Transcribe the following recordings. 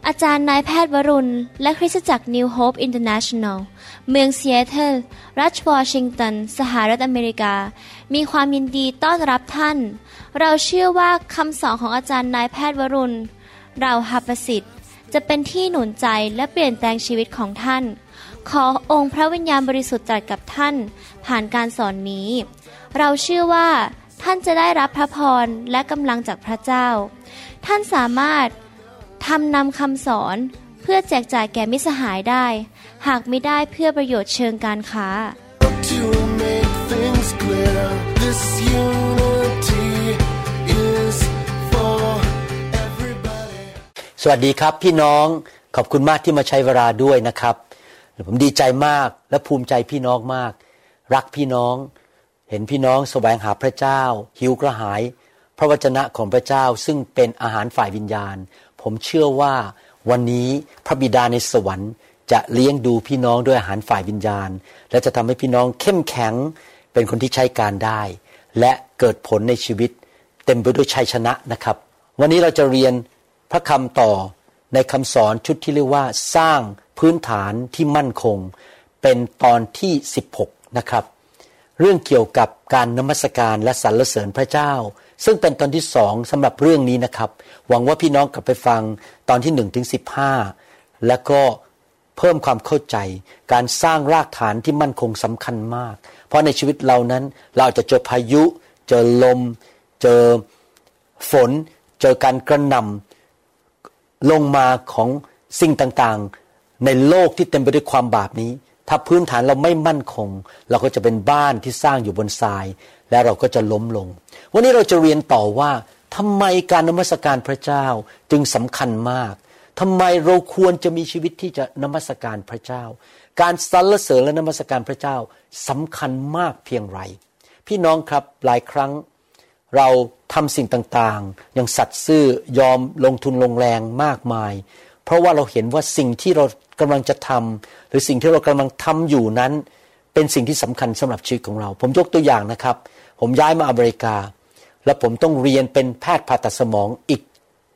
อาจารย์นายแพทย์วรุณและคริสตจักร New Hope International เมืองซีแอตเทิลรัฐวอชิงตันสหรัฐอเมริกามีความยินดีต้อนรับท่านเราเชื่อว่าคำสอนของอาจารย์นายแพทย์วรุณเราหับประสิทธิ์จะเป็นที่หนุนใจและเปลี่ยนแปลงชีวิตของท่านขอองค์พระวิญญาณบริสุทธิ์ตรัสกับท่านผ่านการสอนนี้เราเชื่อว่าท่านจะได้รับพระพรและกำลังจากพระเจ้าท่านสามารถนำคำสอนเพื่อแจกจ่ายแก่มิตรสหายได้หากไม่ได้เพื่อประโยชน์เชิงการค้าสวัสดีครับพี่น้องขอบคุณมากที่มาใช้เวลาด้วยนะครับผมดีใจมากและภูมิใจพี่น้องมากรักพี่น้องเห็นพี่น้องแสวงหาพระเจ้าหิวกระหายพระวจนะของพระเจ้าซึ่งเป็นอาหารฝ่ายวิญญาณผมเชื่อว่าวันนี้พระบิดาในสวรรค์จะเลี้ยงดูพี่น้องด้วยอาหารฝ่ายวิญญาณและจะทำให้พี่น้องเข้มแข็งเป็นคนที่ใช้การได้และเกิดผลในชีวิตเต็มไปด้วยชัยชนะนะครับวันนี้เราจะเรียนพระคำต่อในคำสอนชุดที่เรียกว่าสร้างพื้นฐานที่มั่นคงเป็นตอนที่16นะครับเรื่องเกี่ยวกับการนมัสการและสรรเสริญพระเจ้าซึ่งเป็นตอนที่2สำหรับเรื่องนี้นะครับหวังว่าพี่น้องกลับไปฟังตอนที่1ถึง15แล้วก็เพิ่มความเข้าใจการสร้างรากฐานที่มั่นคงสำคัญมากเพราะในชีวิตเรานั้นเราจะเจอพายุเจอลมเจอฝนเจอการกระหน่ำลงมาของสิ่งต่างๆในโลกที่เต็มไปด้วยความบาปนี้ถ้าพื้นฐานเราไม่มั่นคงเราก็จะเป็นบ้านที่สร้างอยู่บนทรายและเราก็จะล้มลงวันนี้เราจะเรียนต่อว่าทำไมการนมัสการพระเจ้าจึงสำคัญมากทำไมเราควรจะมีชีวิตที่จะนมัสการพระเจ้าการสรรเสริญและนมัสการพระเจ้าสำคัญมากเพียงไรพี่น้องครับหลายครั้งเราทำสิ่งต่างๆอย่างสัตย์ซื่อยอมลงทุนลงแรงมากมายเพราะว่าเราเห็นว่าสิ่งที่เรากำลังจะทำหรือสิ่งที่เรากำลังทำอยู่นั้นเป็นสิ่งที่สำคัญสำหรับชีวิตของเราผมยกตัวอย่างนะครับผมย้ายมาอเมริกาและผมต้องเรียนเป็นแพทย์ผ่าตัดสมองอีก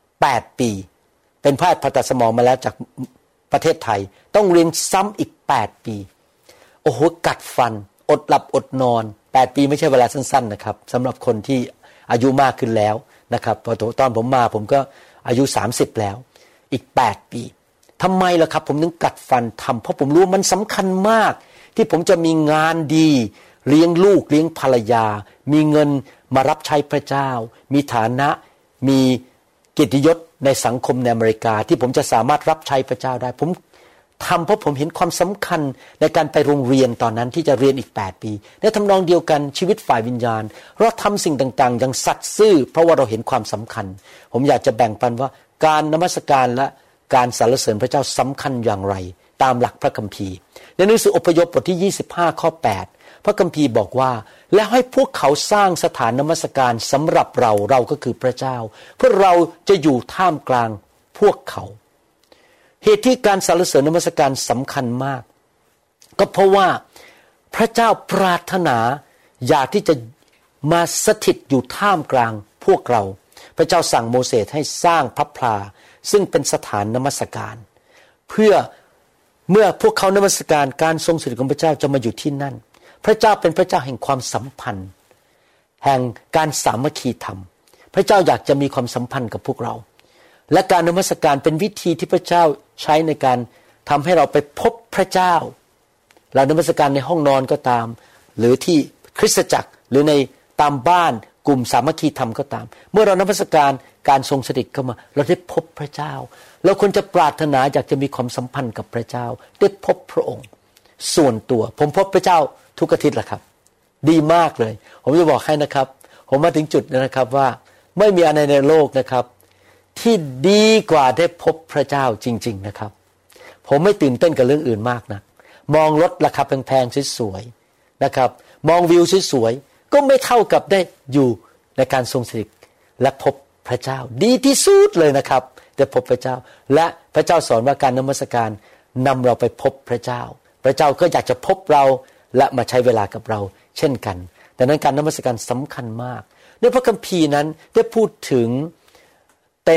8ปีเป็นแพทย์ผ่าตัดสมองมาแล้วจากประเทศไทยต้องเรียนซ้ำอีก8ปีโอ้โหกัดฟันอดหลับอดนอน8ปีไม่ใช่เวลาสั้นๆนะครับสำหรับคนที่อายุมากขึ้นแล้วนะครับพอตอนผมมาผมก็อายุ30แล้วอีก8ปีทำไมล่ะครับผมถึงกัดฟันทำเพราะผมรู้มันสำคัญมากที่ผมจะมีงานดีเลี้ยงลูกเลี้ยงภรรยามีเงินมารับใช้พระเจ้ามีฐานะมีเกียรติยศในสังคมในอเมริกาที่ผมจะสามารถรับใช้พระเจ้าได้ผมทำเพราะผมเห็นความสำคัญในการไปโรงเรียนตอนนั้นที่จะเรียนอีก8ปีในทำนองเดียวกันชีวิตฝ่ายวิญญาณเราทำสิ่งต่างๆอย่างสัตย์ซื่อเพราะว่าเราเห็นความสำคัญผมอยากจะแบ่งปันว่าการนมัสการและการสรรเสริญพระเจ้าสำคัญอย่างไรตามหลักพระคัมภีร์ในหนังสืออพยพบทที่25ข้อ8พระคัมภีร์บอกว่าและให้พวกเขาสร้างสถานนมัสการสำหรับเราก็คือพระเจ้าเพื่อเราจะอยู่ท่ามกลางพวกเขาเหตุที่การสรรเสริญนมัสการสำคัญมากก็เพราะว่าพระเจ้าปรารถนาอยากที่จะมาสถิตอยู่ท่ามกลางพวกเราพระเจ้าสั่งโมเสสให้สร้างพระพลาซึ่งเป็นสถานนมัสการเพื่อเมื่อพวกเขานมัสการการทรงสถิตของพระเจ้าจะมาอยู่ที่นั่นพระเจ้าเป็นพระเจ้าแห่งความสัมพันธ์แห่งการสามัคคีธรรมพระเจ้าอยากจะมีความสัมพันธ์กับพวกเราและการนมัสการเป็นวิธีที่พระเจ้าใช้ในการทำให้เราไปพบพระเจ้าเรานมัสการในห้องนอนก็ตามหรือที่คริสตจักรหรือในตามบ้านกลุ่มสามัคคีธรรมก็ตามเมื่อเรานมัสการการทรงสถิตเข้ามาเราได้พบพระเจ้าเราควรจะปรารถนาอยากจะมีความสัมพันธ์กับพระเจ้าได้พบพระองค์ส่วนตัวผมพบพระเจ้าทุกอาทิตย์แหละครับดีมากเลยผมจะบอกให้นะครับผมมาถึงจุดนะครับว่าไม่มีอะไรในโลกนะครับที่ดีกว่าได้พบพระเจ้าจริงๆนะครับผมไม่ตื่นเต้นกับเรื่องอื่นมากนะมองรถราคาแพงๆสวยๆนะครับมองวิวสวยๆก็ไม่เท่ากับได้อยู่ในการทรงสถิตและพบพระเจ้าดีที่สุดเลยนะครับได้พบพระเจ้าและพระเจ้าสอนว่าการนมัสการนำเราไปพบพระเจ้าพระเจ้าก็อยากจะพบเราและมาใช้เวลากับเราเช่นกันดังนั้นการนมัสการสำคัญมากในพระคัมภีร์นั้นได้พูดถึงเต็นท์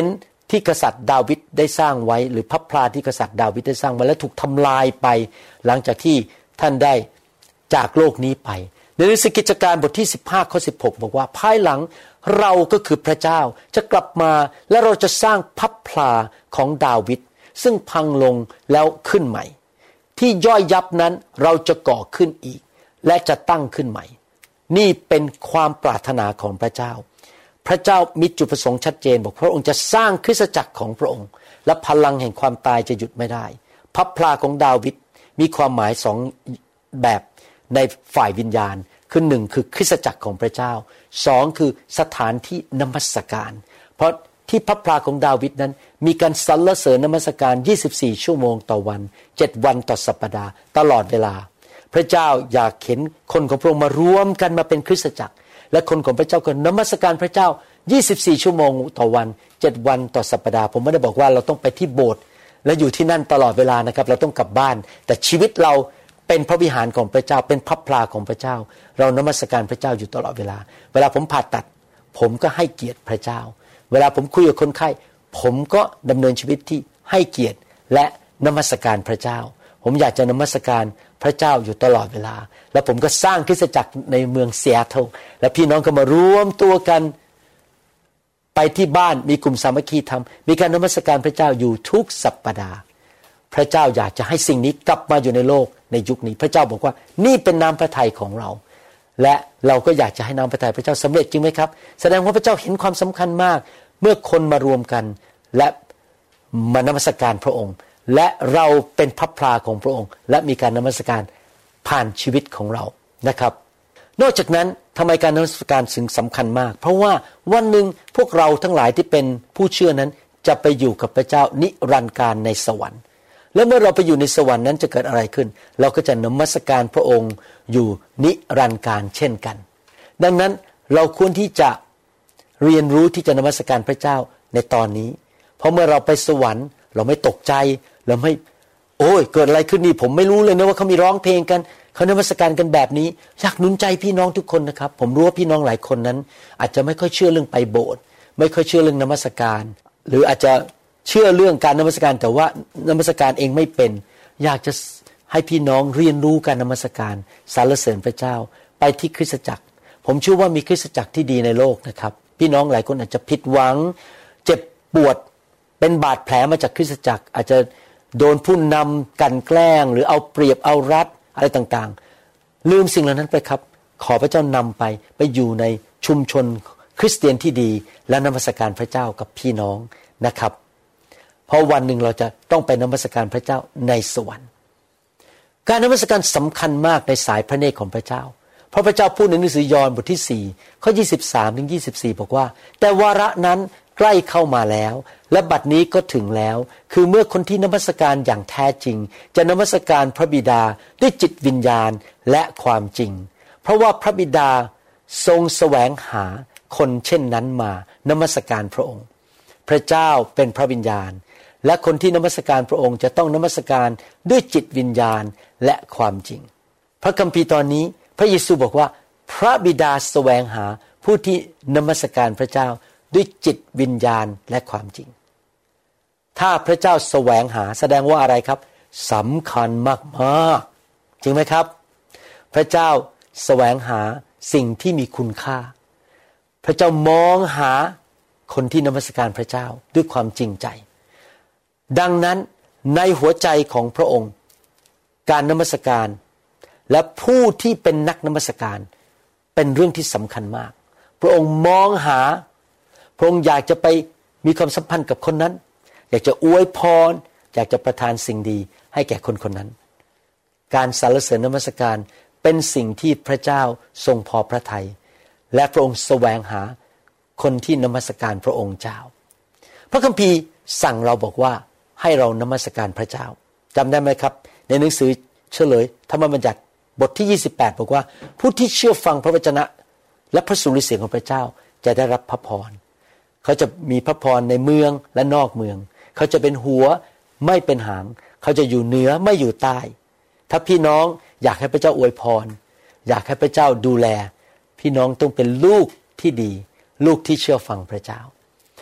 ที่กษัตริย์ดาวิดได้สร้างไว้หรือพระพลาที่กษัตริย์ดาวิดได้สร้างไว้และถูกทำลายไปหลังจากที่ท่านได้จากโลกนี้ไปในหนังสือกิจการบทที่15ข้อ16บอกว่าภายหลังเราก็คือพระเจ้าจะกลับมาและเราจะสร้างพระพลาของดาวิดซึ่งพังลงแล้วขึ้นใหม่ที่ย่อยยับนั้นเราจะก่อขึ้นอีกและจะตั้งขึ้นใหม่นี่เป็นความปรารถนาของพระเจ้าพระเจ้ามีจุดประสงค์ชัดเจนบอกพระองค์จะสร้างคริสตจักรของพระองค์และพลังแห่งความตายจะหยุดไม่ได้พระพลาของดาวิดมีความหมายสองแบบในฝ่ายวิญญาณคือหนึ่งคือคริสตจักรของพระเจ้าสองคือสถานที่นมัสการเพราะที่พระพลาของดาวิดนั้นมีการสรรเสริญนมัสการ24ชั่วโมงต่อวัน7วันต่อสัปดาห์ตลอดเวลาพระเจ้าอยากเห็นคนของพระองค์มารวมกันมาเป็นคริสตจักรและคนของพระเจ้าก็นมัสการพระเจ้า24ชั่วโมงต่อวัน7วันต่อสัปดาห์ผมไม่ได้บอกว่าเราต้องไปที่โบสถ์และอยู่ที่นั่นตลอดเวลานะครับเราต้องกลับบ้านแต่ชีวิตเราเป็นพระวิหารของพระเจ้าเป็นพระพลาของพระเจ้าเรานมัสการพระเจ้าอยู่ตลอดเวลาเวลาผมผ่าตัดผมก็ให้เกียรติพระเจ้าเวลาผมคุยกับคนไข้ผมก็ดำเนินชีวิตที่ให้เกียรติและนมัสการพระเจ้าผมอยากจะนมัสการพระเจ้าอยู่ตลอดเวลาแล้วผมก็สร้างคริสตจักรในเมืองซีแอตเทิลและพี่น้องก็มารวมตัวกันไปที่บ้านมีกลุ่มสามัคคีธรรมมีการนมัสการพระเจ้าอยู่ทุกสัปดาห์พระเจ้าอยากจะให้สิ่งนี้กลับมาอยู่ในโลกในยุคนี้พระเจ้าบอกว่านี่เป็นน้ำพระทัยของเราและเราก็อยากจะให้น้ำพระทัยพระเจ้าสำเร็จจริงไหมครับแสดงว่าพระเจ้าเห็นความสำคัญมากเมื่อคนมารวมกันและมานมัสการพระองค์และเราเป็นพระพลาของพระองค์และมีการนมัสการผ่านชีวิตของเรานะครับนอกจากนั้นทำไมการนมัสการถึงสำคัญมากเพราะว่าวันหนึ่งพวกเราทั้งหลายที่เป็นผู้เชื่อนั้นจะไปอยู่กับพระเจ้านิรันดร์กาลในสวรรค์และเมื่อเราไปอยู่ในสวรรค์นั้นจะเกิดอะไรขึ้นเราก็จะนมัสการพระองค์อยู่นิรันดร์กาลเช่นกันดังนั้นเราควรที่จะเรียนรู้ที่จะนมัสการพระเจ้าในตอนนี้เพราะเมื่อเราไปสวรรค์เราไม่ตกใจเราไม่โอ้ยเกิดอะไรขึ้นนี่ผมไม่รู้เลยนะว่าเขามีร้องเพลงกันเขานมัสการกันแบบนี้อยากหนุนใจพี่น้องทุกคนนะครับผมรู้ว่าพี่น้องหลายคนนั้นอาจจะไม่ค่อยเชื่อเรื่องไปโบสถ์ไม่ค่อยเชื่อเรื่องนมัสการหรืออาจจะเชื่อเรื่องการนมัสการแต่ว่านมัสการเองไม่เป็นอยากจะให้พี่น้องเรียนรู้การนมัสการสรรเสริญพระเจ้าไปที่คริสตจักรผมเชื่อว่ามีคริสตจักรที่ดีในโลกนะครับพี่น้องหลายคนอาจจะผิดหวังเจ็บปวดเป็นบาดแผลมาจากคริสตจักรอาจจะโดนผู้นำกันแกล้งหรือเอาเปรียบเอารัดอะไรต่างๆลืมสิ่งเหล่านั้นไปครับขอพระเจ้านำไปอยู่ในชุมชนคริสเตียนที่ดีและนมัสการพระเจ้ากับพี่น้องนะครับเพราะวันหนึ่งเราจะต้องไปนมัสการพระเจ้าในสวรรค์การนมัสการสำคัญมากในสายพระเนตรของพระเจ้าเพราะพระเจ้าพูดในหนังสือยอห์นบทที่4ข้อ23ถึง24บอกว่าแต่วาระนั้นใกล้เข้ามาแล้วและบัดนี้ก็ถึงแล้วคือเมื่อคนที่นมัสการอย่างแท้จริงจะนมัสการพระบิดาด้วยจิตวิญญาณและความจริงเพราะว่าพระบิดาทรงแสวงหาคนเช่นนั้นมานมัสการพระองค์พระเจ้าเป็นพระวิญญาณและคนที่นมัสการพระองค์จะต้องนมัสการด้วยจิตวิญญาณและความจริงพระคัมภีร์ตอนนี้พระเยซูบอกว่าพระบิดาแสวงหาผู้ที่นมัสการพระเจ้าด้วยจิตวิญญาณและความจริงถ้าพระเจ้าแสวงหาแสดงว่าอะไรครับสำคัญมากๆจริงไหมครับพระเจ้าแสวงหาสิ่งที่มีคุณค่าพระเจ้ามองหาคนที่นมัสการพระเจ้าด้วยความจริงใจดังนั้นในหัวใจของพระองค์การนมัสการและผู้ที่เป็นนักนมัสการเป็นเรื่องที่สำคัญมากพระองค์มองหาพระองค์อยากจะไปมีความสัมพันธ์กับคนนั้นอยากจะอวยพรอยากจะประทานสิ่งดีให้แก่คนคนนั้นการสรรเสริญนมัสการเป็นสิ่งที่พระเจ้าทรงพอพระทัยและพระองค์แสวงหาคนที่นมัสการพระองค์เจ้าพระคัมภีร์สั่งเราบอกว่าให้เรานมัสการพระเจ้าจำได้ไหมครับในหนังสือเฉลยธรรมบัญญัติบทที่28บอกว่าผู้ที่เชื่อฟังพระวจนะและพระสุรเสียงของพระเจ้าจะได้รับพระพรเขาจะมีพระพรในเมืองและนอกเมืองเขาจะเป็นหัวไม่เป็นหางเขาจะอยู่เหนือไม่อยู่ใต้ถ้าพี่น้องอยากให้พระเจ้าอวยพรอยากให้พระเจ้าดูแลพี่น้องต้องเป็นลูกที่ดีลูกที่เชื่อฟังพระเจ้า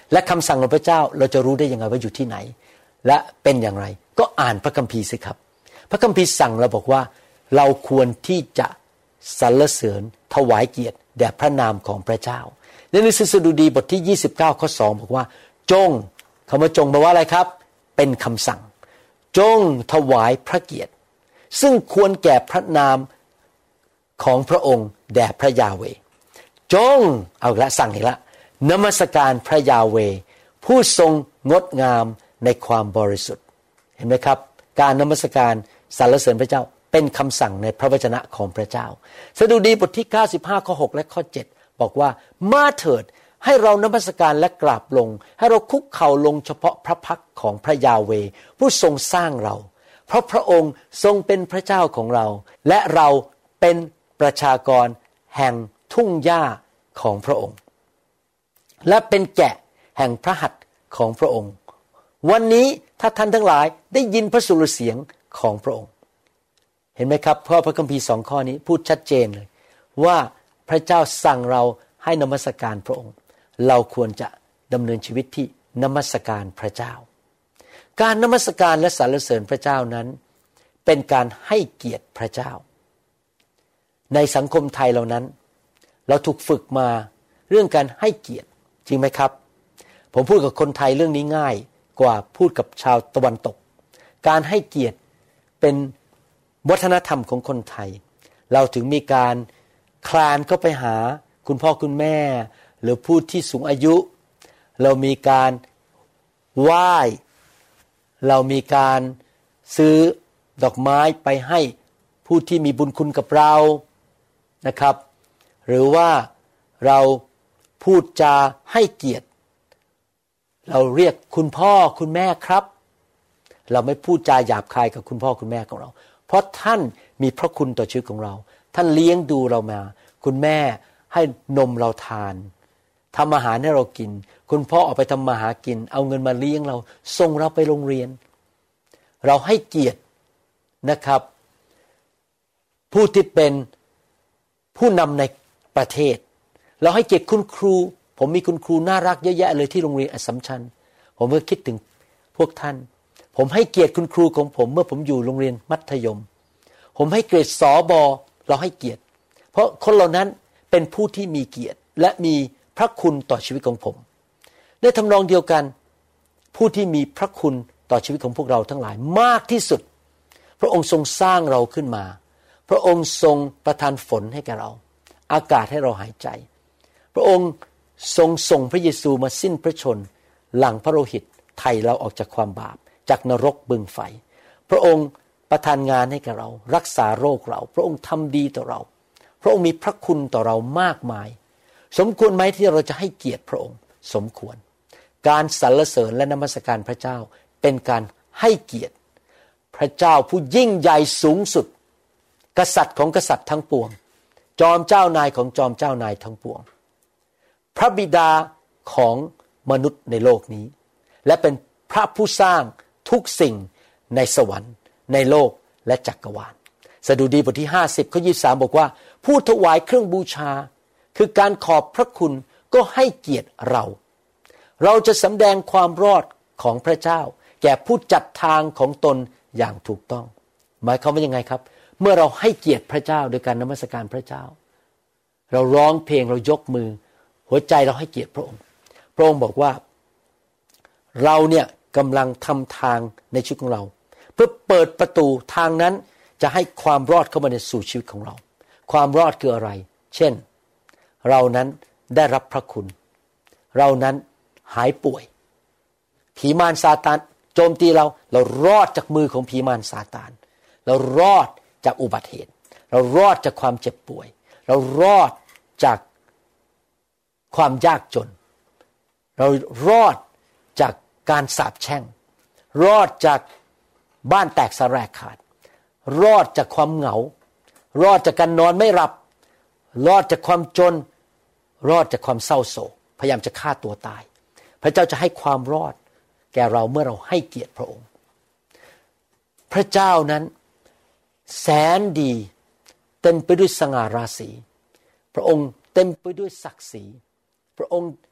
และคำสั่งของพระเจ้าเราจะรู้ได้ยังไงว่าอยู่ที่ไหนและเป็นอย่างไรก็อ่านพระคัมภีร์สิครับพระคัมภีร์สั่งเราบอกว่าเราควรที่จะสรรเสริญถวายเกียรติแด่พระนามของพระเจ้าในหนังสือสดุดีบทที่29ข้อ2บอกว่าจงคำว่าจงแปลว่าอะไรครับเป็นคำสั่งจงถวายพระเกียรติซึ่งควรแก่พระนามของพระองค์แด่พระยาเวห์จงเอาละสั่งอีกละนมัสการพระยาเวห์ผู้ทรงงดงามในความบริสุทธิ์เห็นไหมครับการนมัสการสรรเสริญพระเจ้าเป็นคำสั่งในพระวจนะของพระเจ้าสดุดีบทที่95ข้อ6และข้อ7บอกว่ามาเถิดให้เรานมัสการและกราบลงให้เราคุกเข่าลงเฉพาะพระพักของพระยาเวห์ผู้ทรงสร้างเราเพราะพระองค์ทรงเป็นพระเจ้าของเราและเราเป็นประชากรแห่งทุ่งหญ้าของพระองค์และเป็นแกะแห่งพระหัตถ์ของพระองค์วันนี้ถ้าท่านทั้งหลายได้ยินพระสุรเสียงของพระองค์เห็นไหมครับเพราะพระคัมภีร์2ข้อนี้พูดชัดเจนเลยว่าพระเจ้าสั่งเราให้นมัสการพระองค์เราควรจะดำเนินชีวิตที่นมัสการพระเจ้าการนมัสการและสรรเสริญพระเจ้านั้นเป็นการให้เกียรติพระเจ้าในสังคมไทยเรานั้นเราถูกฝึกมาเรื่องการให้เกียรติจริงไหมครับผมพูดกับคนไทยเรื่องนี้ง่ายกว่าพูดกับชาวตะวันตกการให้เกียรติเป็นวัฒนธรรมของคนไทยเราถึงมีการคลานเข้าไปหาคุณพ่อคุณแม่หรือผู้ที่สูงอายุเรามีการไหว้เรามีการซื้อดอกไม้ไปให้ผู้ที่มีบุญคุณกับเรานะครับหรือว่าเราพูดจาให้เกียรติเราเรียกคุณพ่อคุณแม่ครับเราไม่พูดจาหยาบคายกับคุณพ่อคุณแม่ของเราเพราะท่านมีพระคุณต่อชีวิตของเราท่านเลี้ยงดูเรามาคุณแม่ให้นมเราทานทำอาหารให้เรากินคุณพ่อออกไปทำมาหากินเอาเงินมาเลี้ยงเราส่งเราไปโรงเรียนเราให้เกียรตินะครับผู้ที่เป็นผู้นำในประเทศเราให้เกียรติคุณครูผมมีคุณครูน่ารักเยอะแยะเลยที่โรงเรียนอัสสัมชัญผมก็คิดถึงพวกท่านผมให้เกียรติคุณครูของผมเมื่อผมอยู่โรงเรียนมัธยมผมให้เกียรติสบเราให้เกียรติเพราะคนเหล่านั้นเป็นผู้ที่มีเกียรติและมีพระคุณต่อชีวิตของผมในทำนองเดียวกันผู้ที่มีพระคุณต่อชีวิตของพวกเราทั้งหลายมากที่สุดพระองค์ทรงสร้างเราขึ้นมาพระองค์ทรงประทานฝนให้แก่เราอากาศให้เราหายใจพระองค์ทรงส่งพระเยซูมาสิ้นพระชนม์หลั่งพระโลหิตไถ่เราออกจากความบาปจากนรกบึงไฟพระองค์ประทานงานให้แก่เรารักษาโรคเราพระองค์ทำดีต่อเราพระองค์มีพระคุณต่อเรามากมายสมควรไหมที่เราจะให้เกียรติพระองค์สมควรการสรรเสริญและนมัสการพระเจ้าเป็นการให้เกียรติพระเจ้าผู้ยิ่งใหญ่สูงสุดกษัตริย์ของกษัตริย์ทั้งปวงจอมเจ้านายของจอมเจ้านายทั้งปวงพระบิดาของมนุษย์ในโลกนี้และเป็นพระผู้สร้างทุกสิ่งในสวรรค์ในโลกและจักรวาลสดุดีบทที่50ข้อ23บอกว่าผู้ถวายเครื่องบูชาคือการขอบพระคุณก็ให้เกียรติเราจะสำแดงความรอดของพระเจ้าแก่ผู้จัดทางของตนอย่างถูกต้องหมายความว่ายังไงครับเมื่อเราให้เกียรติพระเจ้าโดยการนมัสการพระเจ้าเราร้องเพลงเรายกมือหัวใจเราให้เกียรติพระองค์พระองค์บอกว่าเราเนี่ยกำลังทำทางในชีวิตของเราเพื่อเปิดประตูทางนั้นจะให้ความรอดเข้ามาในสู่ชีวิตของเราความรอดคืออะไรเช่นเรานั้นได้รับพระคุณเรานั้นหายป่วยผีมารซาตานโจมตีเรารอดจากมือของผีมารซาตานเรารอดจากอุบัติเหตุเรารอดจากความเจ็บป่วยเรารอดจากความยากจนเรารอดจากการสาปแช่งรอดจากบ้านแตกสลายขาดรอดจากความเหงารอดจากการนอนไม่หลับรอดจากความจนรอดจากความเศร้าโศกพยายามจะฆ่าตัวตายพระเจ้าจะให้ความรอดแก่เราเมื่อเราให้เกียรติพระองค์พระเจ้านั้นแสนดีเต็มไปด้วยสง่าราศีพระองค์เต็มไปด้วยศักดิ์ศรีพระองค์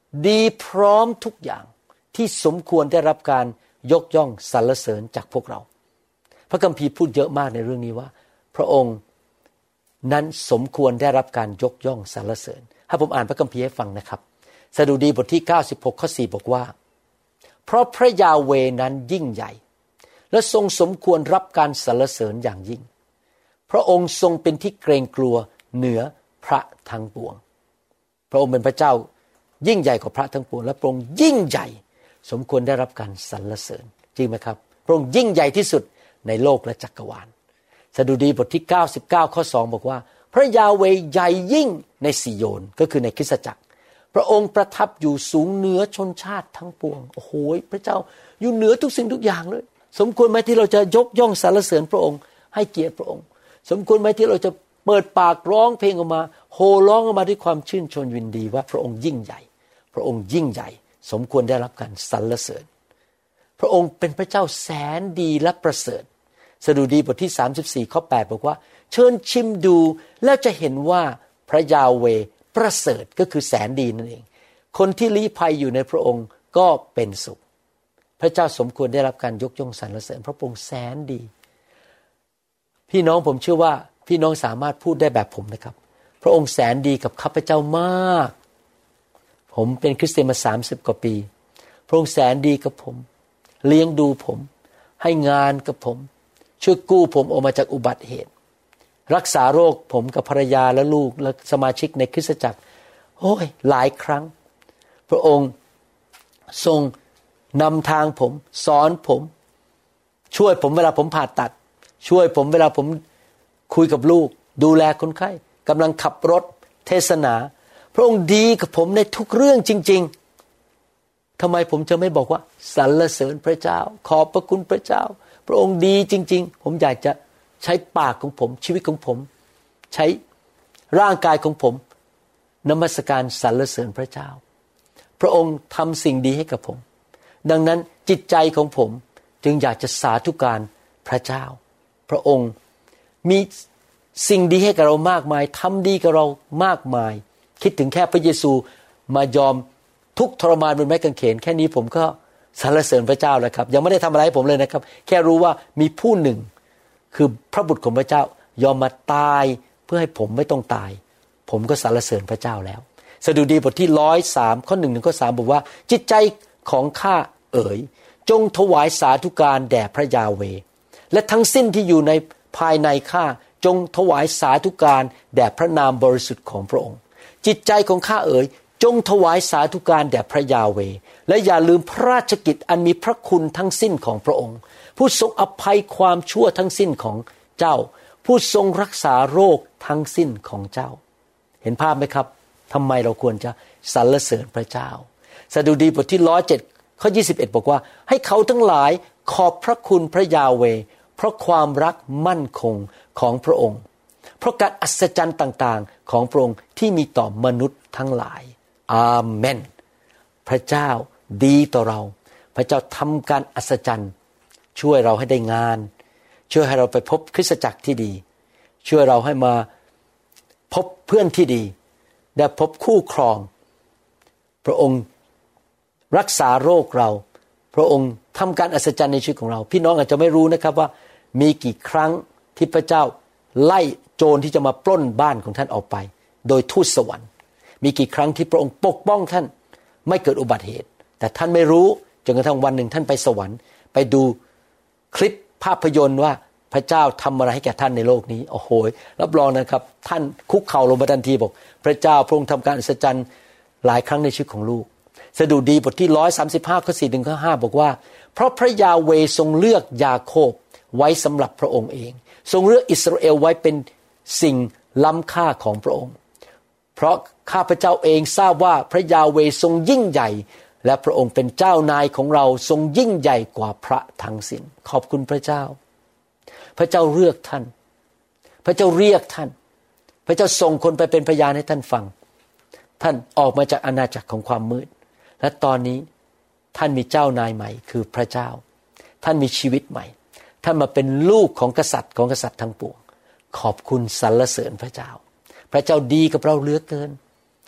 ดีพร้อมทุกอย่างที่สมควรได้รับการยกย่องสรรเสริญจากพวกเราพระคัมภีร์พูดเยอะมากในเรื่องนี้ว่าพระองค์นั้นสมควรได้รับการยกย่องสรรเสริญให้ผมอ่านพระคัมภีร์ให้ฟังนะครับสดุดีบทที่96ข้อ4บอกว่าเพราะพระยาเวนั้นยิ่งใหญ่และทรงสมควรรับการสรรเสริญอย่างยิ่งพระองค์ทรงเป็นที่เกรงกลัวเหนือพระทั้งปวงพระองค์เป็นพระเจ้ายิ่งใหญ่กว่าพระทั้งปวงและพระองค์ยิ่งใหญ่สมควรได้รับการสรรเสริญจริงไหมครับพระองค์ยิ่งใหญ่ที่สุดในโลกและจักรวาลสดุดีบทที่99ข้อ2บอกว่าพระยาเวห์ใหญ่ยิ่งในสิโยนก็คือในคริสตจักรพระองค์ประทับอยู่สูงเหนือชนชาติทั้งปวงโอ้โหพระเจ้าอยู่เหนือทุกสิ่งทุกอย่างเลยสมควรไหมที่เราจะยกย่องสรรเสริญพระองค์ให้เกียรติพระองค์สมควรไหมที่เราจะเปิดปากร้องเพลงออกมาโห่ร้องออกมาด้วยความชื่นชมยินดีว่าพระองค์ยิ่งใหญ่พระองค์ยิ่งใหญ่สมควรได้รับการสรรเสริญพระองค์เป็นพระเจ้าแสนดีและประเสริฐสดุดีบทที่34ข้อ8บอกว่าเชิญชิมดูแล้วจะเห็นว่าพระยาเวห์ประเสริฐก็คือแสนดีนั่นเองคนที่ลี้ภัยอยู่ในพระองค์ก็เป็นสุขพระเจ้าสมควรได้รับการยกย่องสรรเสริญเพราะพระองค์แสนดีพี่น้องผมเชื่อว่าพี่น้องสามารถพูดได้แบบผมนะครับพระองค์แสนดีกับข้าพเจ้ามากผมเป็นคริสเตียนมา30กว่าปีพระองค์แสนดีกับผมเลี้ยงดูผมให้งานกับผมช่วยกู้ผมออกมาจากอุบัติเหตุรักษาโรคผมกับภรรยาและลูกและสมาชิกในคริสตจักรโอ้ยหลายครั้งพระองค์ทรงนำทางผมสอนผมช่วยผมเวลาผมผ่าตัดช่วยผมเวลาผมคุยกับลูกดูแลคนไข้กำลังขับรถเทศนาพระองค์ดีกับผมในทุกเรื่องจริงๆทำไมผมจะไม่บอกว่าสรรเสริญพระเจ้าขอบพระคุณพระเจ้าพระองค์ดีจริงๆผมอยากจะใช้ปากของผมชีวิตของผมใช้ร่างกายของผมนมัสการสรรเสริญพระเจ้าพระองค์ทำสิ่งดีให้กับผมดังนั้นจิตใจของผมจึงอยากจะสาธุการพระเจ้าพระองค์มีสิ่งดีให้กับเรามากมายทำดีกับเรามากมายคิดถึงแค่พระเยซูมายอมทุกข์ทรมานบนไม้กางเขนแค่นี้ผมก็สรรเสริญพระเจ้าแล้วครับยังไม่ได้ทำอะไรให้ผมเลยนะครับแค่รู้ว่ามีผู้หนึ่งคือพระบุตรของพระเจ้ายอมมาตายเพื่อให้ผมไม่ต้องตายผมก็สรรเสริญพระเจ้าแล้วสดุดีบทที่103ข้อ1ถึงข้อ3บอกว่าจิตใจของข้าเอ๋ยจงถวายสาธุการแด่พระยาเวห์และทั้งสิ้นที่อยู่ในภายในข้าจงถวายสาธุการแด่พระนามบริสุทธิ์ของพระองค์จิตใจของข้าเอ๋ยจงถวายสาธุการแด่พระยาเวห์และอย่าลืมพระราชกิจอันมีพระคุณทั้งสิ้นของพระองค์ผู้ทรงอภัยความชั่วทั้งสิ้นของเจ้าผู้ทรงรักษาโรคทั้งสิ้นของเจ้าเห็นภาพไหมครับทำไมเราควรจะสรรเสริญพระเจ้าสดุดีบทที่107ข้อ21บอกว่าให้เขาทั้งหลายขอบพระคุณพระยาเวห์เพราะความรักมั่นคงของพระองค์เพราะการอัศจรรย์ต่างๆของพระองค์ที่มีต่อมนุษย์ทั้งหลายอาเมนพระเจ้าดีต่อเราพระเจ้าทำการอัศจรรย์ช่วยเราให้ได้งานช่วยให้เราไปพบคริสตจักรที่ดีช่วยเราให้มาพบเพื่อนที่ดีได้พบคู่ครองพระองค์รักษาโรคเราพระองค์ทำการอัศจรรย์ในชีวิตของเราพี่น้องอาจจะไม่รู้นะครับว่ามีกี่ครั้งที่พระเจ้าไล่โจรที่จะมาปล้นบ้านของท่านออกไปโดยทูตสวรรค์มีกี่ครั้งที่พระองค์ปกป้องท่านไม่เกิดอุบัติเหตุแต่ท่านไม่รู้จนกระทั่งวันหนึ่งท่านไปสวรรค์ไปดูคลิปภาพยนตร์ว่าพระเจ้าทำอะไรให้แก่ท่านในโลกนี้โอ้โหรับรองนะครับท่านคุกเข่าลงมาทันทีบอกพระเจ้าพระองค์ทำการอัศจรรย์หลายครั้งในชีวิตของลูกสดุดีบทที่135ข้อ4ถึงข้อ5บอกว่าเพราะพระยาเวห์ทรงเลือกยาโคบไว้สำหรับพระองค์เองทรงเลือกอิสราเอลไว้เป็นสิ่งล้ำค่าของพระองค์เพราะข้าพเจ้าเองทราบว่าพระยาเวห์ทรงยิ่งใหญ่และพระองค์เป็นเจ้านายของเราทรงยิ่งใหญ่กว่าพระทั้งสิ้นขอบคุณพระเจ้าพระเจ้าเลือกท่านพระเจ้าเรียกท่านพระเจ้าส่งคนไปเป็นพยานให้ท่านฟังท่านออกมาจากอาณาจักรของความมืดและตอนนี้ท่านมีเจ้านายใหม่คือพระเจ้าท่านมีชีวิตใหม่ท่านมาเป็นลูกของกษัตริย์ทั้งปวงขอบคุณสรรเสริญพระเจ้าพระเจ้าดีกับเราเหลือเกิน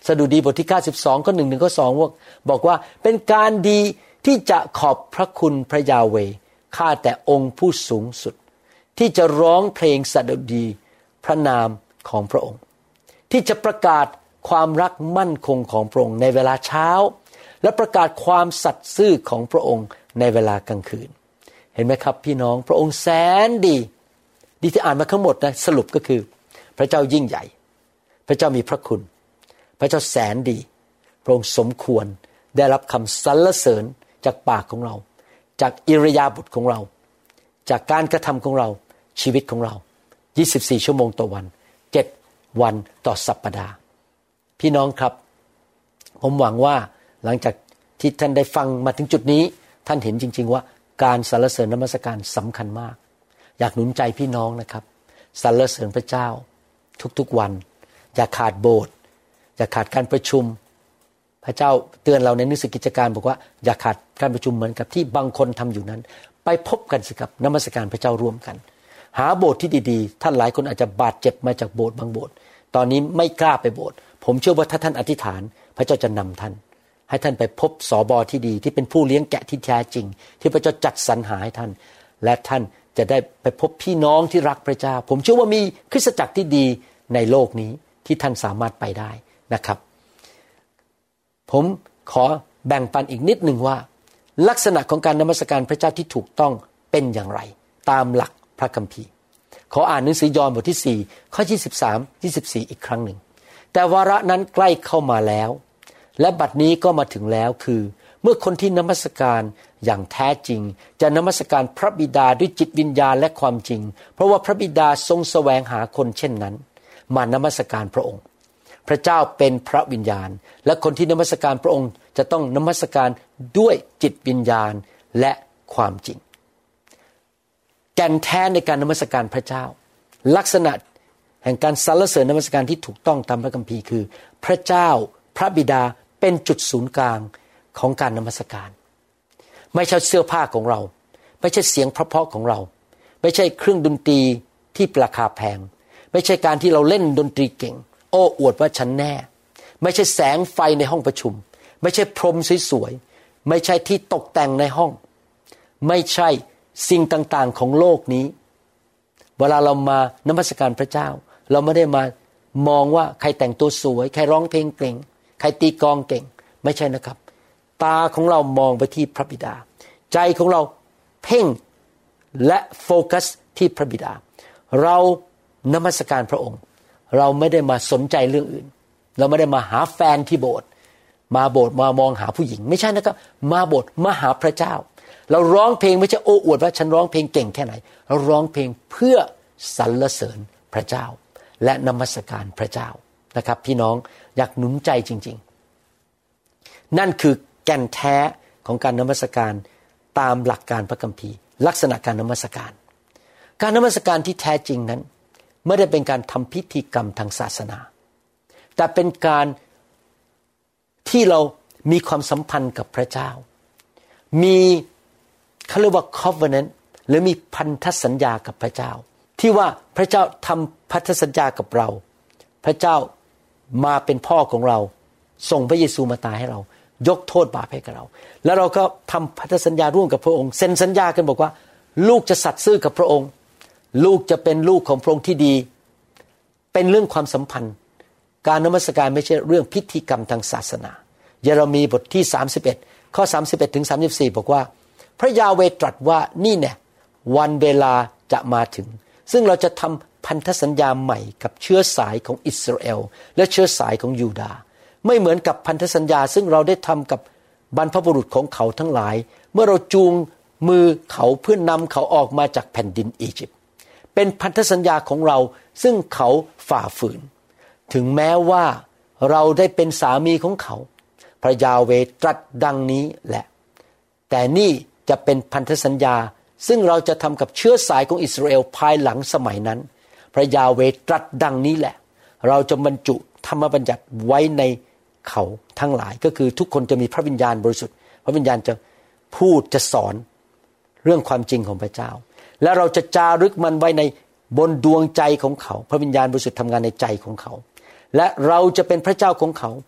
สดุดีบทที่92ข้อ1ถึงข้อ2บอกว่าเป็นการดีที่จะขอบพระคุณพระยาเวห์ข้าแต่องค์ผู้สูงสุดที่จะร้องเพลงสดุดีพระนามของพระองค์ที่จะประกาศความรักมั่นคงของพระองค์ในเวลาเช้าและประกาศความสัตย์ซื่อของพระองค์ในเวลากลางคืนเห็นไหมครับพี่น้องพระองค์แสนดีที่อ่านมาทั้งหมดนะสรุปก็คือพระเจ้ายิ่งใหญ่พระเจ้ามีพระคุณพระเจ้าแสนดีพระองค์สมควรได้รับคำสรรเสริญจากปากของเราจากอิริยาบถของเราจากการกระทำของเราชีวิตของเรา24ชั่วโมงต่อวัน7วันต่อสัปดาห์พี่น้องครับผมหวังว่าหลังจากที่ท่านได้ฟังมาถึงจุดนี้ท่านเห็นจริงๆว่าการสรรเสริญนมัสการสำคัญมากอยากหนุนใจพี่น้องนะครับสรรเสริญพระเจ้าทุกๆวันอย่าขาดโบสถ์อย่าขาดการประชุมพระเจ้าเตือนเราในหนังสือกิจการบอกว่าอย่าขาดการประชุมเหมือนกับที่บางคนทำอยู่นั้นไปพบกันสิครับนมัสการพระเจ้าร่วมกันหาโบสถ์ที่ดีๆท่านหลายคนอาจจะบาดเจ็บมาจากโบสถ์บางโบสถ์ตอนนี้ไม่กล้าไปโบสถ์ผมเชื่อว่าถ้าท่านอธิษฐานพระเจ้าจะนำท่านให้ท่านไปพบสบที่ดีที่เป็นผู้เลี้ยงแกะที่แท้จริงที่พระเจ้าจัดสรรหาให้ท่านและท่านจะได้ไปพบพี่น้องที่รักพระเจ้าผมเชื่อว่ามีคริสตจักรที่ดีในโลกนี้ที่ท่านสามารถไปได้นะครับผมขอแบ่งปันอีกนิดหนึ่งว่าลักษณะของการนมัสการพระเจ้าที่ถูกต้องเป็นอย่างไรตามหลักพระคัมภีร์ขออ่านหนังสือยอห์นบทที่4ข้อ23-24อีกครั้งหนึ่งแต่วาระนั้นใกล้เข้ามาแล้วและบัดนี้ก็มาถึงแล้วคือเมื่อคนที่นมัสการอย่างแท้จริงจะนมัสการพระบิดาด้วยจิตวิญญาณและความจริงเพราะว่าพระบิดาทรงแสวงหาคนเช่นนั้นมานมัสการพระองค์พระเจ้าเป็นพระวิญญาณและคนที่นมัสการพระองค์จะต้องนมัสการด้วยจิตวิญญาณและความจริงแก่นแท้ในการนมัสการพระเจ้าลักษณะแห่งการสรรเสริญนมัสการที่ถูกต้องตามพระคัมภีร์คือพระเจ้าพระบิดาเป็นจุดศูนย์กลางของการนมัสการไม่ใช่เสื้อผ้าของเราไม่ใช่เสียงเพราะๆของเราไม่ใช่เครื่องดนตรีที่ราคาแพงไม่ใช่การที่เราเล่นดนตรีเก่งโอ้อวดว่าฉันแน่ไม่ใช่แสงไฟในห้องประชุมไม่ใช่พรมสวยๆไม่ใช่ที่ตกแต่งในห้องไม่ใช่สิ่งต่างๆของโลกนี้เวลาเรามานมัสการพระเจ้าเราไม่ได้มามองว่าใครแต่งตัวสวยใครร้องเพลงเก่งใครตีกลองเก่งไม่ใช่นะครับตาของเรามองไปที่พระบิดาใจของเราเพ่งและโฟกัสที่พระบิดาเรานมัสการพระองค์เราไม่ได้มาสนใจเรื่องอื่นเราไม่ได้มาหาแฟนที่โบสถ์มาโบสถ์มามองหาผู้หญิงไม่ใช่นะครับมาโบสถ์มาหาพระเจ้าเราร้องเพลงไม่ใช่โอ้อวดว่าฉันร้องเพลงเก่งแค่ไหนเราร้องเพลงเพื่อสรรเสริญพระเจ้าและนมัสการพระเจ้านะครับพี่น้องอยากหนุนใจจริงๆนั่นคือแก่นแท้ของการนมัสการตามหลักการพระคัมภีร์ลักษณะการนมัสการการนมัสการที่แท้จริงนั้นไม่ได้เป็นการทำพิธีกรรมทางศาสนาแต่เป็นการที่เรามีความสัมพันธ์กับพระเจ้ามีเขาเรียกว่า covenant หรือมีพันธสัญญากับพระเจ้าที่ว่าพระเจ้าทำพันธสัญญากับเราพระเจ้ามาเป็นพ่อของเราส่งพระเยซูมาตายให้เรายกโทษบาปให้กับเราแล้วเราก็ทำพันธสัญญาร่วมกับพระองค์เซ็นสัญญากันบอกว่าลูกจะสัตย์ซื่อกับพระองค์ลูกจะเป็นลูกของพระองค์ที่ดีเป็นเรื่องความสัมพันธ์การนมัสการไม่ใช่เรื่องพิธีกรรมทางศาสนาเยเรมีบทที่31ข้อ31ถึง34บอกว่าพระยาเวห์ตรัสว่านี่แน่วันเวลาจะมาถึงซึ่งเราจะทำพันธสัญญาใหม่กับเชื้อสายของอิสราเอลและเชื้อสายของยูดาห์ไม่เหมือนกับพันธสัญญาซึ่งเราได้ทำกับบรรพบุรุษของเขาทั้งหลายเมื่อเราจูงมือเขาเพื่อนำเขาออกมาจากแผ่นดินอียิปต์เป็นพันธสัญญาของเราซึ่งเขาฝ่าฝืนถึงแม้ว่าเราได้เป็นสามีของเขาพระยาเวห์ตรัสดังนี้แหละแต่นี่จะเป็นพันธสัญญาซึ่งเราจะทำกับเชื้อสายของอิสราเอลภายหลังสมัยนั้นพระยาเวห์ตรัสดังนี้แหละเราจะบรรจุธรรมบัญญัติไว้ในเขาทั้งหลายก็คือทุกคนจะมีพระวิญญาณบริสุทธิ์พระวิญญาณจะพูดจะสอนเรื่องความจริงของพระเจ้าและเราจะจารึกมันไว้ในบนดวงใจของเขาพระวิญญาณบริสุทธิ์ทำงานในใจของเขาและเราจะเป็นพระเจ้าของเขา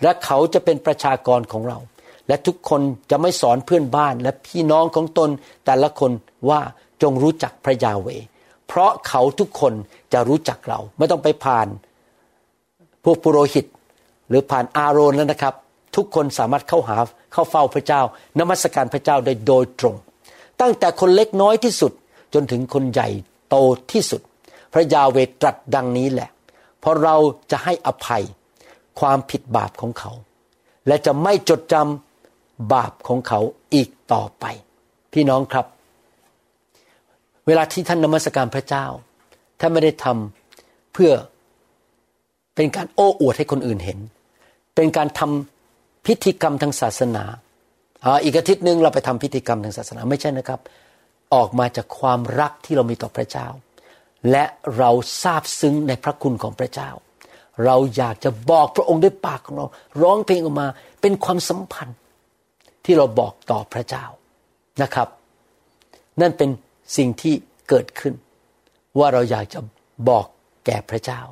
และเขาจะเป็นประชากรของเราและทุกคนจะไม่สอนเพื่อนบ้านและพี่น้องของตนแต่ละคนว่าจงรู้จักพระยาเวห์เพราะเขาทุกคนจะรู้จักเราไม่ต้องไปผ่านพวกปุโรหิตหรือผ่านอาโรนแล้วนะครับทุกคนสามารถเข้าเฝ้าพระเจ้านมัสการพระเจ้าได้โดยตรงตั้งแต่คนเล็กน้อยที่สุดจนถึงคนใหญ่โตที่สุดพระยาเวห์ตรัสดังนี้แหละเพราะเราจะให้อภัยความผิดบาปของเขาและจะไม่จดจำบาปของเขาอีกต่อไปพี่น้องครับเวลาที่ท่านนมัสการพระเจ้าท่านไม่ได้ทำเพื่อเป็นการโอ้อวดให้คนอื่นเห็นเป็นการทำพิธีกรรมทางศาสนาอีกอาทิตย์นึงเราไปทำพิธีกรรมทางศาสนาไม่ใช่นะครับออกมาจากความรักที่เรามีต่อพระเจ้าและเราซาบซึ้งในพระคุณของพระเจ้าเราอยากจะบอกพระองค์ด้วยปากของเราร้องเพลงออกมาเป็นความสัมพันธ์ที่เราบอกต่อพระเจ้านะครับนั่นเป็นสิ่งที่เกิดขึ้นว่าเราอยากจะบอกแก่พระเจ้า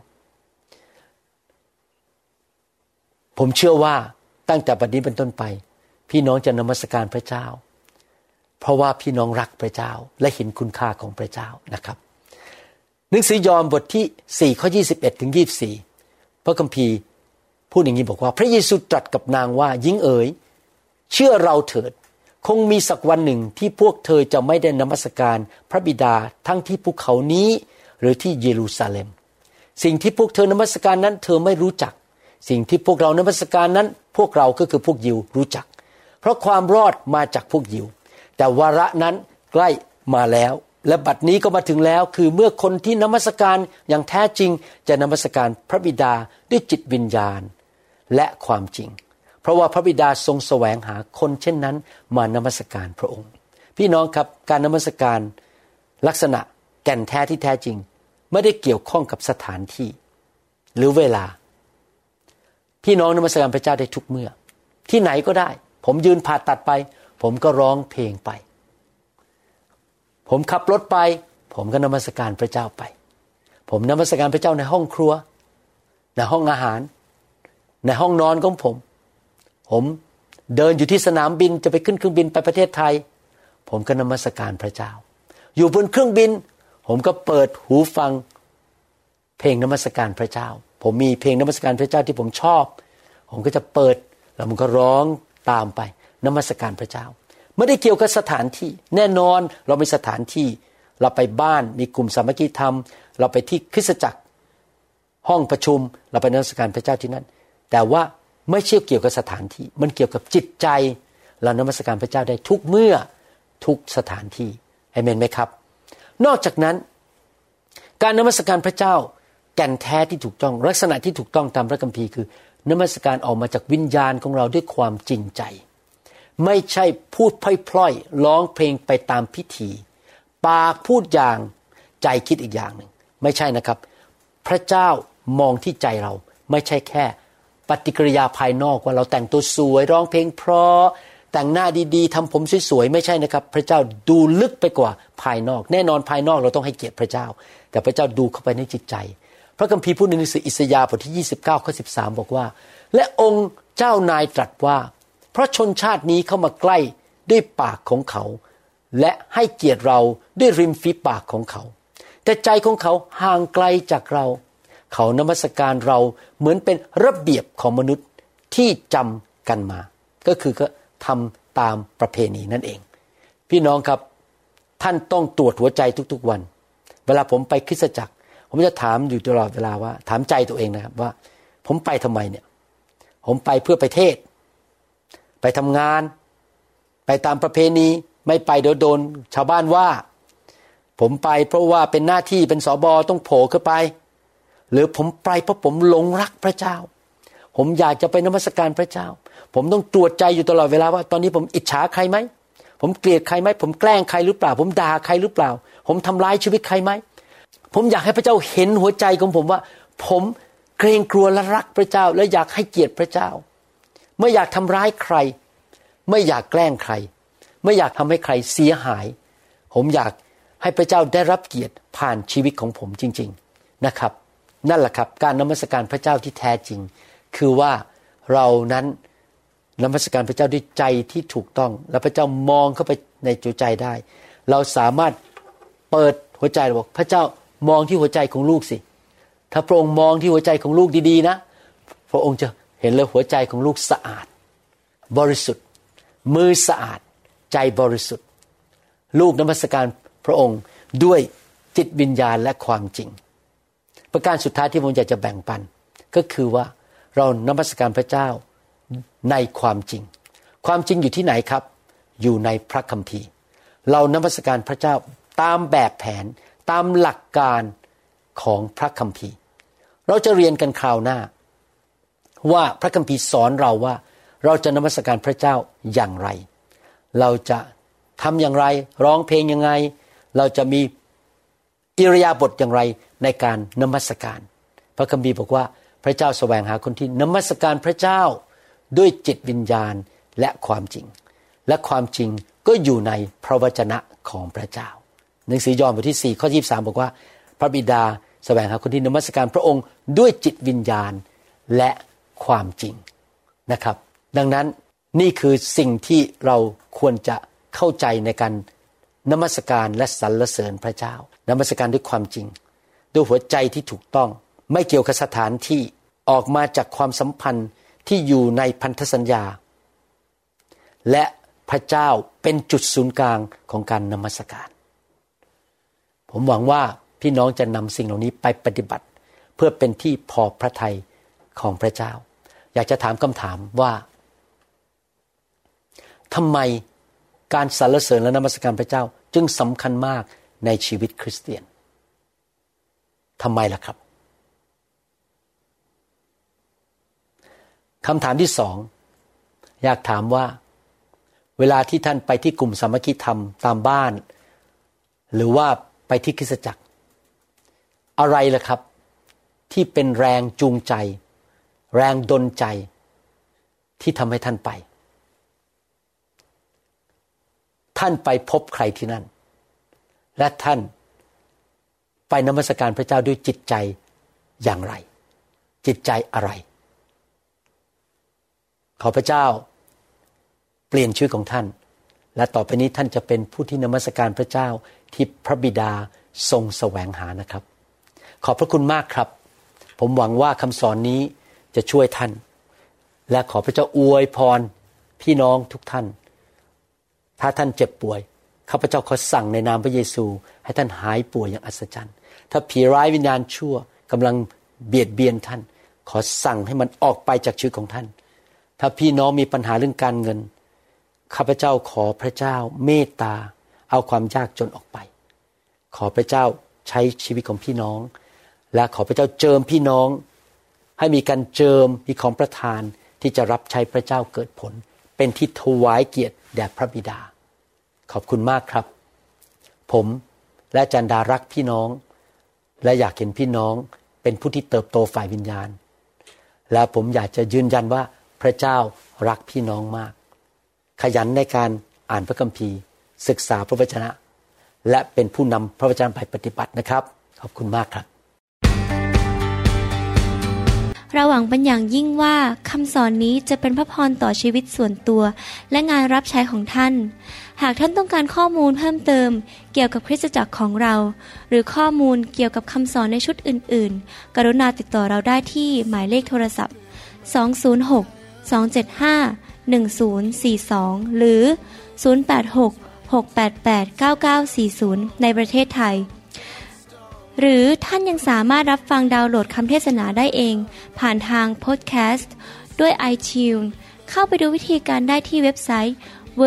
ผมเชื่อว่าตั้งแต่บัดนี้เป็นต้นไปพี่น้องจะนมัสการพระเจ้าเพราะว่าพี่น้องรักพระเจ้าและเห็นคุณค่าของพระเจ้านะครับหนังสือยอห์นบทที่4ข้อ21ถึง24พระคัมภีร์พูดอย่างนี้บอกว่าพระเยซูตรัสกับนางว่าหญิงเอ๋ยเชื่อเราเถิดคงมีสักวันหนึ่งที่พวกเธอจะไม่ได้นมัสการพระบิดาทั้งที่ภูเขานี้หรือที่เยรูซาเล็มสิ่งที่พวกเธอนมัสการนั้นเธอไม่รู้จักสิ่งที่พวกเรานมัสการนั้นพวกเราก็คือพวกยิวรู้จักเพราะความรอดมาจากพวกยิวแต่วาระนั้นใกล้มาแล้วและบัดนี้ก็มาถึงแล้วคือเมื่อคนที่นมัสการอย่างแท้จริงจะนมัสการพระบิดาด้วยจิตวิญญาณและความจริงเพราะว่าพระบิดาทรงแสวงหาคนเช่นนั้นมานมัสการพระองค์พี่น้องครับการนมัสการลักษณะแก่นแท้ที่แท้จริงไม่ได้เกี่ยวข้องกับสถานที่หรือเวลาพี่น้องนมัสการพระเจ้าได้ทุกเมื่อที่ไหนก็ได้ผมยืนผ่าตัดไปผมก็ร้องเพลงไปผมขับรถไปผมก็นมัสการพระเจ้าไปผมนมัสการพระเจ้าในห้องครัวในห้องอาหารในห้องนอนของผมเดินอยู่ที่สนามบินจะไปขึ้นเครื่องบินไปประเทศไทยผมก็นมัสการพระเจ้าอยู่บนเครื่องบินผมก็เปิดหูฟังเพลงนมัสการพระเจ้าผมมีเพลงนมัสการพระเจ้าที่ผมชอบผมก็จะเปิดแล้วผมก็ร้องตามไปนมัสการพระเจ้าไม่ได้เกี่ยวกับสถานที่แน่นอนเรามีสถานที่เราไปบ้านมีกลุ่มสามัคคีธรรมเราไปที่คริสตจักรห้องประชุมเราไปนมัสการพระเจ้าที่นั่นแต่ว่าไม่ใช่เกี่ยวกับสถานที่มันเกี่ยวกับจิตใจเรานมัสการพระเจ้าได้ทุกเมื่อทุกสถานที่อาเมนไหมครับนอกจากนั้นการนมัสการพระเจ้าแก่นแท้ที่ถูกต้องลักษณะที่ถูกต้องตามพระคัมภีร์คือนมัสการออกมาจากวิญญาณของเราด้วยความจริงใจไม่ใช่พูดพล่อยๆร้องเพลงไปตามพิธีปากพูดอย่างใจคิดอีกอย่างหนึ่งไม่ใช่นะครับพระเจ้ามองที่ใจเราไม่ใช่แค่ปฏิกิริยาภายนอกว่าเราแต่งตัวสวยร้องเพลงเพราะแต่งหน้าดีๆทำผมสวยๆไม่ใช่นะครับพระเจ้าดูลึกไปกว่าภายนอกแน่นอนภายนอกเราต้องให้เกียรติพระเจ้าแต่พระเจ้าดูเข้าไปในจิตใจพระคัมภีร์พูดในหนังสืออิสยาห์บทที่29ข้อ13บอกว่าและองค์เจ้านายตรัสว่าเพราะชนชาตินี้เข้ามาใกล้ด้วยปากของเขาและให้เกียรติเราด้วยริมฝีปากของเขาแต่ใจของเขาห่างไกลจากเราเขานมัสการเราเหมือนเป็นระเบียบของมนุษย์ที่จำกันมาก็คือก็ทำตามประเพณีนั่นเองพี่น้องครับท่านต้องตรวจหัวใจทุกๆวันเวลาผมไปคริสตจักรผมจะถามอยู่ตลอดเวลาว่าถามใจตัวเองนะครับว่าผมไปทำไมเนี่ยผมไปเพื่อไปเทศไปทำงานไปตามประเพณีไม่ไปเดี๋ยวโดนชาวบ้านว่าผมไปเพราะว่าเป็นหน้าที่เป็นสบต้องโผล่ขึ้นไปหรือผมไปเพราะผมหลงรักพระเจ้าผมอยากจะไปนมัสการพระเจ้าผมต้องตรวจใจอยู่ตลอดเวลาว่าตอนนี้ผมอิจฉาใครไหมผมเกลียดใครไหมผมแกล้งใครหรือเปล่าผมด่าใครหรือเปล่าผมทำร้ายชีวิตใครไหมผมอยากให้พระเจ้าเห็นหัวใจของผมว่าผมเกรงกลัวและรักพระเจ้าและอยากให้เกียรติพระเจ้าไม่อยากทำร้ายใครไม่อยากแกล้งใครไม่อยากทำให้ใครเสียหายผมอยากให้พระเจ้าได้รับเกียรติผ่านชีวิตของผมจริงๆนะครับนั่นแหละครับการนมัสการพระเจ้าที่แท้จริงคือว่าเรานั้นนมัสการพระเจ้าด้วยใจที่ถูกต้องและพระเจ้ามองเข้าไปในจิตใจได้เราสามารถเปิดหัวใจบอกพระเจ้ามองที่หัวใจของลูกสิถ้าพระองค์มองที่หัวใจของลูกดีๆนะพระองค์จะเห็นเลยหัวใจของลูกสะอาดบริสุทธิ์มือสะอาดใจบริสุทธิ์ลูกนมัสการพระองค์ด้วยจิตวิญญาณและความจริงประการสุดท้ายที่ผมอยากจะแบ่งปันก็คือว่าเรานมัสการพระเจ้าในความจริงความจริงอยู่ที่ไหนครับอยู่ในพระคัมภีร์เรานมัสการพระเจ้าตามแบบแผนตามหลักการของพระคัมภีร์เราจะเรียนกันคราวหน้าว่าพระคัมภีร์สอนเราว่าเราจะนมัสการพระเจ้าอย่างไรเราจะทำอย่างไรร้องเพลงยังไงเราจะมีอิริยาบถอย่างไรในการนมัสการพระคัมภีร์บอกว่าพระเจ้าแสวงหาคนที่นมัสการพระเจ้าด้วยจิตวิญญาณและความจริงและความจริงก็อยู่ในพระวจนะของพระเจ้าหนังสือยอห์นบทที่4ข้อ23บอกว่าพระบิดาแสวงหาคนที่นมัสการพระองค์ด้วยจิตวิญญาณและความจริงนะครับดังนั้นนี่คือสิ่งที่เราควรจะเข้าใจในการนมัสการและสรรเสริญพระเจ้านมัสการด้วยความจริงด้วยหัวใจที่ถูกต้องไม่เกี่ยวกับสถานที่ออกมาจากความสัมพันธ์ที่อยู่ในพันธสัญญาและพระเจ้าเป็นจุดศูนย์กลางของการนมัสการผมหวังว่าพี่น้องจะนำสิ่งเหล่านี้ไปปฏิบัติเพื่อเป็นที่พอพระทัยของพระเจ้าอยากจะถามคำถามว่าทำไมการสรรเสริญและนมัสการพระเจ้าจึงสำคัญมากในชีวิตคริสเตียนทำไมล่ะครับคำถามที่สองอยากถามว่าเวลาที่ท่านไปที่กลุ่มสามัคคีธรรมตามบ้านหรือว่าไปที่คริสตจักรอะไรล่ะครับที่เป็นแรงจูงใจแรงดลใจที่ทำให้ท่านไปท่านไปพบใครที่นั่นและท่านไปนมัสการพระเจ้าด้วยจิตใจอย่างไรจิตใจอะไรขอพระเจ้าเปลี่ยนชีวิตของท่านและต่อไปนี้ท่านจะเป็นผู้ที่นมัสการพระเจ้าที่พระบิดาทรงแสวงหานะครับขอบพระคุณมากครับผมหวังว่าคำสอนนี้จะช่วยท่านและขอพระเจ้าอวยพรพี่น้องทุกท่านถ้าท่านเจ็บป่วยข้าพเจ้าขอสั่งในนามพระเยซูให้ท่านหายป่วยอย่างอัศจรรย์ถ้าผีร้ายวิญญาณชั่วกำลังเบียดเบียนท่านขอสั่งให้มันออกไปจากชีวิตของท่านถ้าพี่น้องมีปัญหาเรื่องการเงินข้าพเจ้าขอพระเจ้าเมตตาเอาความยากจนออกไปขอพระเจ้าใช้ชีวิตของพี่น้องและขอพระเจ้าเจิมพี่น้องให้มีการเจิมมีของประทานที่จะรับใช้พระเจ้าเกิดผลเป็นที่ถวายเกียรติแด่พระบิดาขอบคุณมากครับผมและอาจารย์ดารักพี่น้องและอยากเห็นพี่น้องเป็นผู้ที่เติบโตฝ่ายวิญญาณและผมอยากจะยืนยันว่าพระเจ้ารักพี่น้องมากขยันในการอ่านพระคัมภีร์ศึกษาพระวจนะและเป็นผู้นำพระวจนะไปปฏิบัตินะครับขอบคุณมากครับเราหวังเป็นอย่างยิ่งว่าคำสอนนี้จะเป็นพระพรต่อชีวิตส่วนตัวและงานรับใช้ของท่านหากท่านต้องการข้อมูลเพิ่มเติมเกี่ยวกับคริสตจักรของเราหรือข้อมูลเกี่ยวกับคำสอนในชุดอื่นๆกรุณาติดต่อเราได้ที่หมายเลขโทรศัพท์206-275-1042หรือ086-688-9940ในประเทศไทยหรือท่านยังสามารถรับฟังดาวน์โหลดคำเทศนาได้เองผ่านทางพอดแคสต์ด้วย iTunes เข้าไปดูวิธีการได้ที่เว็บไซต์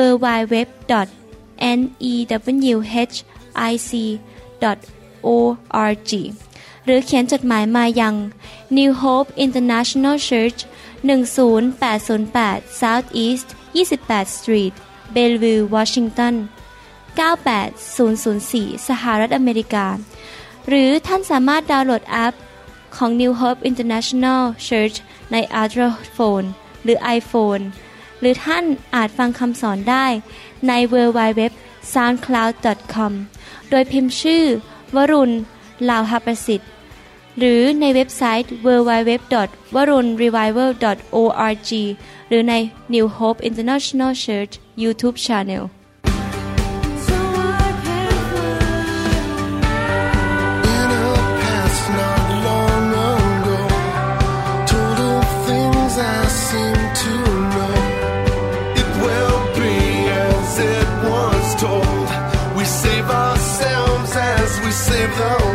www.newhic.org หรือเขียนจดหมายมายัง New Hope International Church 10808 South East 28th Street Bellevue Washington 98004 สหรัฐอเมริกาหรือท่านสามารถดาวน์โหลดแอปของ New Hope International Church ใน Android Phone หรือ iPhone หรือท่านอาจฟังคำสอนได้ใน www.soundcloud.com โดยพิมพ์ชื่อวรุณ ลาวหประสิทธิ์หรือในเว็บไซต์ www.warunrevival.org หรือใน New Hope International Church YouTube Channel Save the